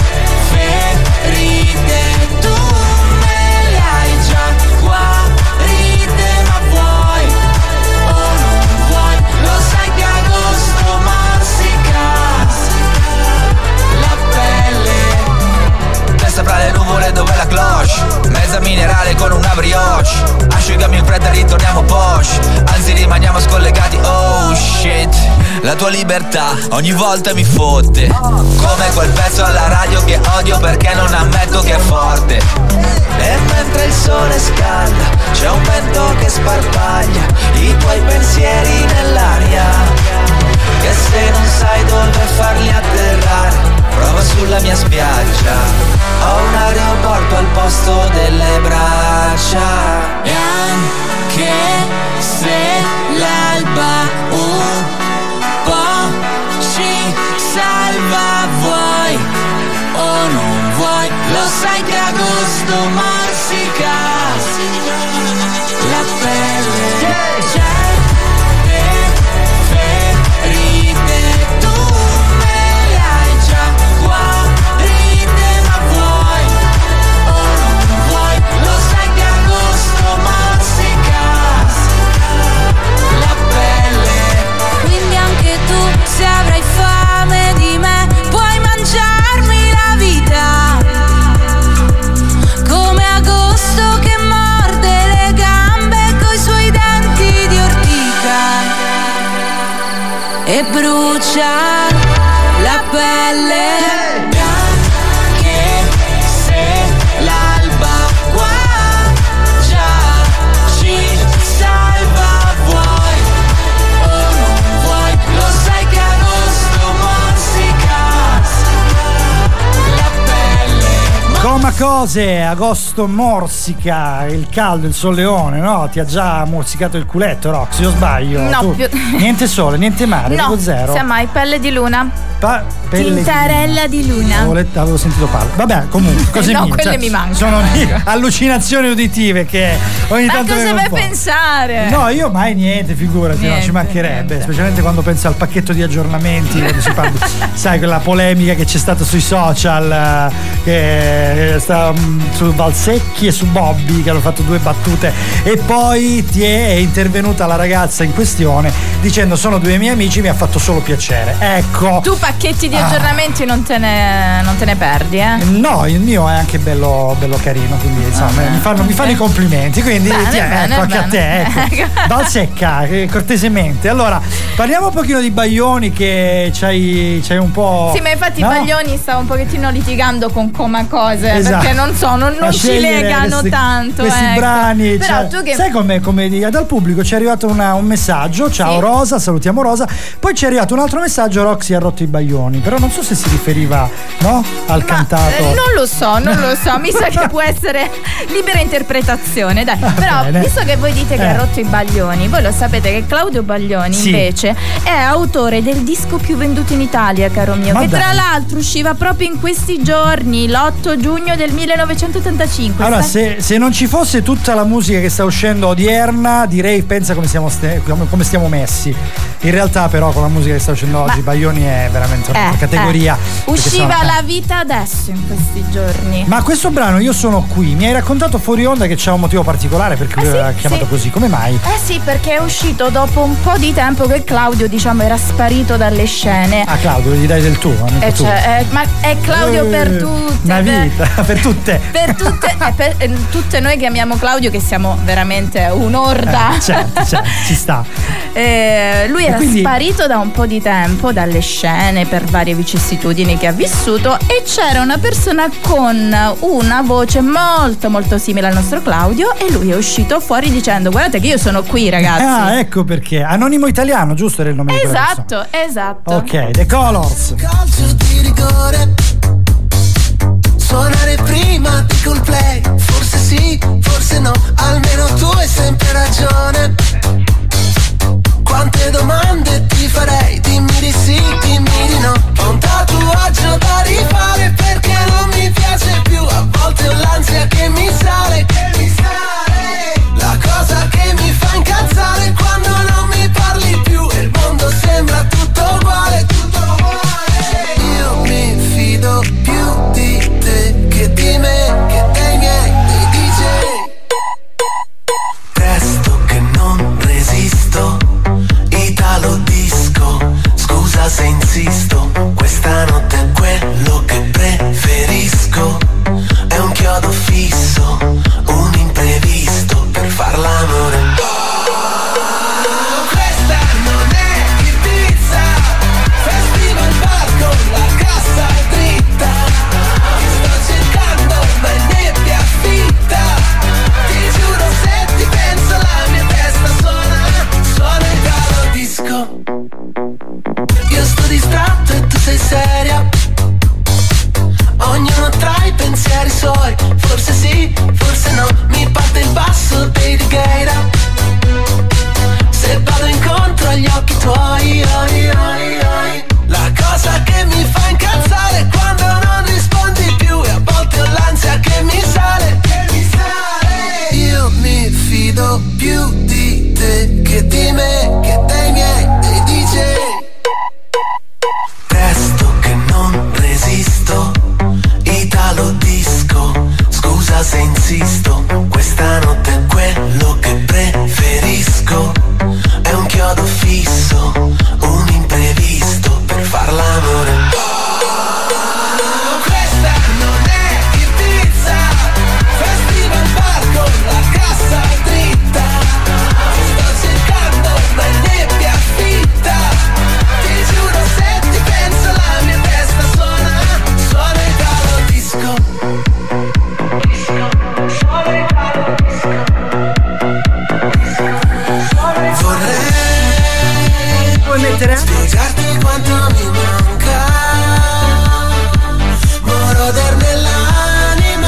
ferite tu me le hai già guarite, ma vuoi o non vuoi, lo sai che agosto morsica la pelle. Testa fra le nuvole dove la cloche, mezza minerale con una brioche, asciugami in fretta ritorniamo posh, anzi rimaniamo scollegati, oh shit. La tua libertà ogni volta mi fotte, come quel pezzo alla radio che odio perché non ammetto che è forte. E mentre il sole scalda, c'è un vento che sparpaglia i tuoi pensieri nell'aria, che se non sai dove farli atterrare, prova sulla mia spiaggia, ho un aeroporto al posto delle braccia. E anche se l'alba un po' ci salva, vuoi o non vuoi, lo sai che agosto morsica la pelle, certe ferite tu me le hai già guarite, ma vuoi o non vuoi, lo sai che agosto morsica la pelle. Quindi anche tu, se avrai fame di me, puoi mangiarmi la vita, come agosto che morde le gambe coi suoi denti di ortica e brucia la pelle. Anche se l'alba qua già ci salva, vuoi o non vuoi, lo sai che agosto morsica la pelle. Coma cose, agosto morsica, il caldo, il solleone, no? Ti ha già morsicato il culetto, Roxy, o sbaglio? No, Tu? più- Niente sole, niente mare, No, tipo zero. sia mai, pelle di luna. Pa- pelle Tintarella di luna. Avevo, letto- avevo sentito palle. Vabbè, comunque, cose No, mie. quelle mi mancano, Sono ecco. allucinazioni uditive che ogni Ma tanto cosa vengono vuoi fuori. pensare? No, io mai niente, figurati, no, Niente, ci mancherebbe, specialmente quando penso al pacchetto di aggiornamenti, quando si parla, sai, quella polemica che c'è stata sui social, eh, che sta mm, su Valsecchi e su Bobby, che hanno fatto due battute, e poi ti è intervenuta la ragazza in questione dicendo: sono due miei amici, mi ha fatto solo piacere. Ecco. Tu pacchetti di Ah. aggiornamenti non te ne, non te ne perdi, eh? No, il mio è anche bello, bello carino, quindi insomma mi fanno, mi fanno i complimenti, quindi Bene, ti- bene, ecco anche a te, bene. ecco. Valsecca, eh, cortesemente. Allora, parliamo un pochino di Baglioni, che c'hai, c'hai un po'. Sì, ma infatti no? i Baglioni stavo un pochettino litigando con Coma Cose, Esatto. perché non so, non, non A ci scegliere legano questi, tanto. questi ecco. brani. Però cioè, tu che sai come, come di- dal pubblico ci è arrivato una- un messaggio. Ciao Sì. Rosa, salutiamo Rosa. Poi ci è arrivato un altro messaggio: Roxy ha rotto i Baglioni. Però non so se si riferiva, no? Al cantato. Eh, non lo so, non lo so, mi sa che può essere libera interpretazione, dai. Però bene. visto che voi dite che Eh. ha rotto i Baglioni, voi lo sapete che Claudio Baglioni Sì. invece è autore del disco più venduto in Italia, caro mio, Ma che dai. tra l'altro usciva proprio in questi giorni, l'otto giugno del millenovecentottantacinque. Allora, Sai- se, se non ci fosse tutta la musica che sta uscendo odierna, direi pensa come stiamo, ste- come, come stiamo messi. In realtà, però, con la musica che sta uscendo oggi, Baglioni è veramente un'altra Eh, categoria. eh. perché Usciva sono- La vita adesso in questi giorni. Ma questo brano Io sono qui, mi hai raccontato fuori onda che c'è un motivo particolare per cui Eh sì, l'ha chiamato sì. così. Come mai? Eh sì, perché è uscito dopo un po' di tempo che Claudio, diciamo, era sparito dalle scene. Ah, Claudio, gli dai del tuo, amico Eh, tu. cioè, eh, ma è Claudio Eh, per tutti. una beh. vita. per tutte. Per tutte e per eh, tutte noi che amiamo Claudio, che siamo veramente un'orda. Eh, certo, certo, ci sta. Eh, lui era quindi... sparito da un po' di tempo dalle scene per varie vicissitudini che ha vissuto, e c'era una persona con una voce molto molto simile al nostro Claudio, e lui è uscito fuori dicendo: guardate che io sono qui, ragazzi. Ah, ecco perché. Anonimo Italiano, giusto, era il nome di quella persona. Esatto, esatto. Ok, The Colors. Calcio di rigore, suonare prima di Coldplay. Forse sì, forse no, almeno tu hai sempre ragione. Quante domande ti farei, dimmi di sì, dimmi di no. Ho un tatuaggio da rifare perché non mi piace più. A volte ho l'ansia che mi sale, che mi sale. La cosa che mi fa incazzare quando non mi parli più e il mondo sembra tutto uguale, tutto uguale. Io mi fido più di te che di me, che dei miei, dei D J. Presto che non resisto, Italo disco, scusa se insisto, questa notte è quello che preferisco. È un chiodo fisso, un imprevisto per far l'amore. Questa non è Ibiza, festival bar con la cassa dritta. Ti sto cercando ma è nebbia fitta. Ti giuro se ti penso la mia testa suona, suona il Italo disco. Io sto distratto e tu sei seria, ognuno tra i pensieri suoi. Forse sì, forse no, mi parte il basso dei Righeira. Se vado incontro agli occhi tuoi, oi, oi, oi. La cosa che mi fa incazzare è quando non rispondi più e a volte ho l'ansia che mi sale, che mi sale. Io mi fido più di te che di me, che dei miei, dei D J. Presto che non resisto, Italo disco, scusa se insisto, questa notte è quello che preferisco. È un chiodo fisso, un imprevisto per far l'amore. Questa non è Ibiza, festival bar con la cassa dritta. Ti sto cercando ma è nebbia fitta. Ti giuro se ti penso la mia testa suona, suona Italo disco. Suona Italo disco. Vorrei Puoi mettere? spiegarti quanto mi manca, moroder nell'anima.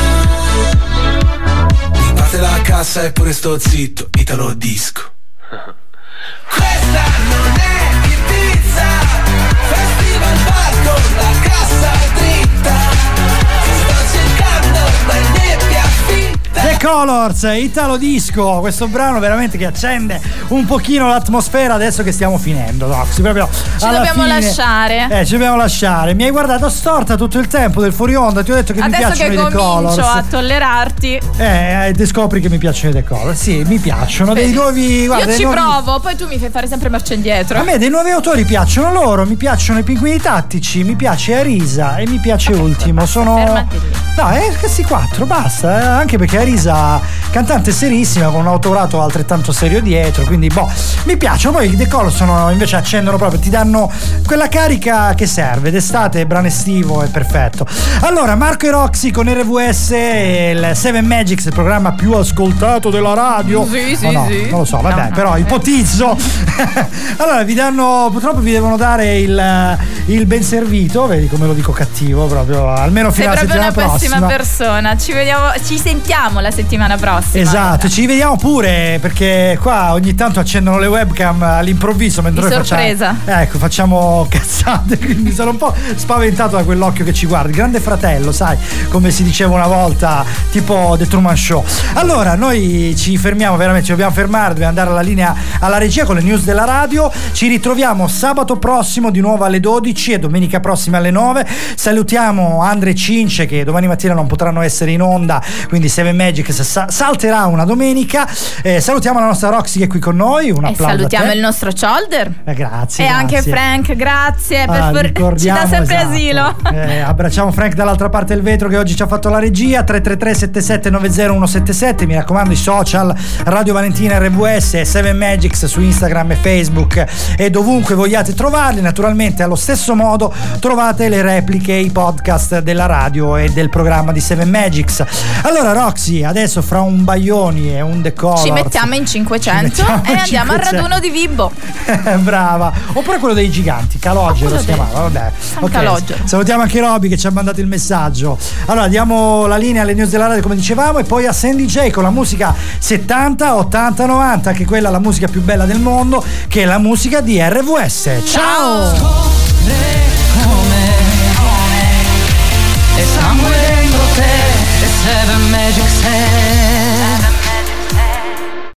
Mi parte la cassa eppure sto zitto, Italo disco. Questa non è Ibiza, festival bar con la cassa dritta. Ti sto cercando ma è nebbia fitta. The Colors, Italo disco, questo brano veramente che accende un pochino l'atmosfera adesso che stiamo finendo, Roxy, proprio Ci alla dobbiamo fine. lasciare. Eh, ci dobbiamo lasciare. Mi hai guardato storta tutto il tempo del fuori onda, ti ho detto che Adesso mi piacciono che i The Colors. comincio a tollerarti, Eh, e te scopri che mi piacciono i The Colors. Sì, mi piacciono. Dei nuovi. Guarda, io dei ci nuovi... provo, poi tu mi fai fare sempre marcia indietro. A me dei nuovi autori piacciono loro, mi piacciono i Pinguini Tattici, mi piace Arisa e mi piace Ultimo. Sono. Fermati lì. No, eh, questi quattro, basta. Eh, anche perché Arisa, cantante serissima, con un autorato altrettanto serio dietro. Quindi, boh, mi piacciono. Poi i The Colors sono, invece accendono proprio, ti danno quella carica che serve. D'estate, brano estivo, è perfetto. Allora, Marco e Roxy con R V S e il Seven Magics, il programma più ascoltato della radio. Sì, sì, Oh, no, sì. non lo so, vabbè, No, no, però eh. ipotizzo. Allora, vi danno, purtroppo vi devono dare il, il ben servito, vedi come lo dico cattivo, proprio almeno fino Sei alla proprio settimana una pessima prossima. persona. Ci vediamo, ci sentiamo la settimana prossima. Esatto, ci vediamo pure perché qua ogni tanto accendono le webcam all'improvviso mentre Di noi sorpresa. facciamo, ecco, facciamo cazzate, quindi sono un po' spaventato da quell'occhio che ci guarda. Il grande fratello, sai, come si diceva una volta, tipo The Truman Show. Allora, noi ci fermiamo, veramente ci dobbiamo fermare, dobbiamo andare alla linea alla regia con le news della radio. Ci ritroviamo sabato prossimo di nuovo alle dodici e domenica prossima alle nove. Salutiamo Andre e Cince che domani mattina non potranno essere in onda, quindi Seven Magic Magix sa- salterà una domenica. Eh, salutiamo la nostra Roxy che è qui con noi. Un E applauso salutiamo a te. il nostro Shoulder. Eh, grazie. E grazie. anche Frank, grazie. Per Ah, for- ci dà sempre esatto. asilo. Eh, abbracciamo Frank dall'altra parte del vetro che oggi ci ha fatto la regia. Tre tre tre sette sette nove zero uno sette sette. Mi raccomando, i social Radio Valentina R V S e Seven Magics su Instagram e Facebook e dovunque vogliate trovarli. Naturalmente allo stesso modo trovate le repliche, i podcast della radio e del programma di Seven Magics. Allora Roxy, adesso fra un Baglioni e un The Colors Ci mettiamo in cinquecento Ci mettiamo e in andiamo al cinquecento. raduno di Vibbo. Brava. Oppure quello dei giganti, Calogero si chiamava, vabbè. San Ok. Calogero. Salutiamo anche Roby che ci ha mandato il messaggio. Allora diamo la linea alle news della radio come dicevamo e poi a Sandy J con la musica settanta, ottanta, novanta, che è quella la musica più bella del mondo, che è la musica di R V S. Ciao! Ciao.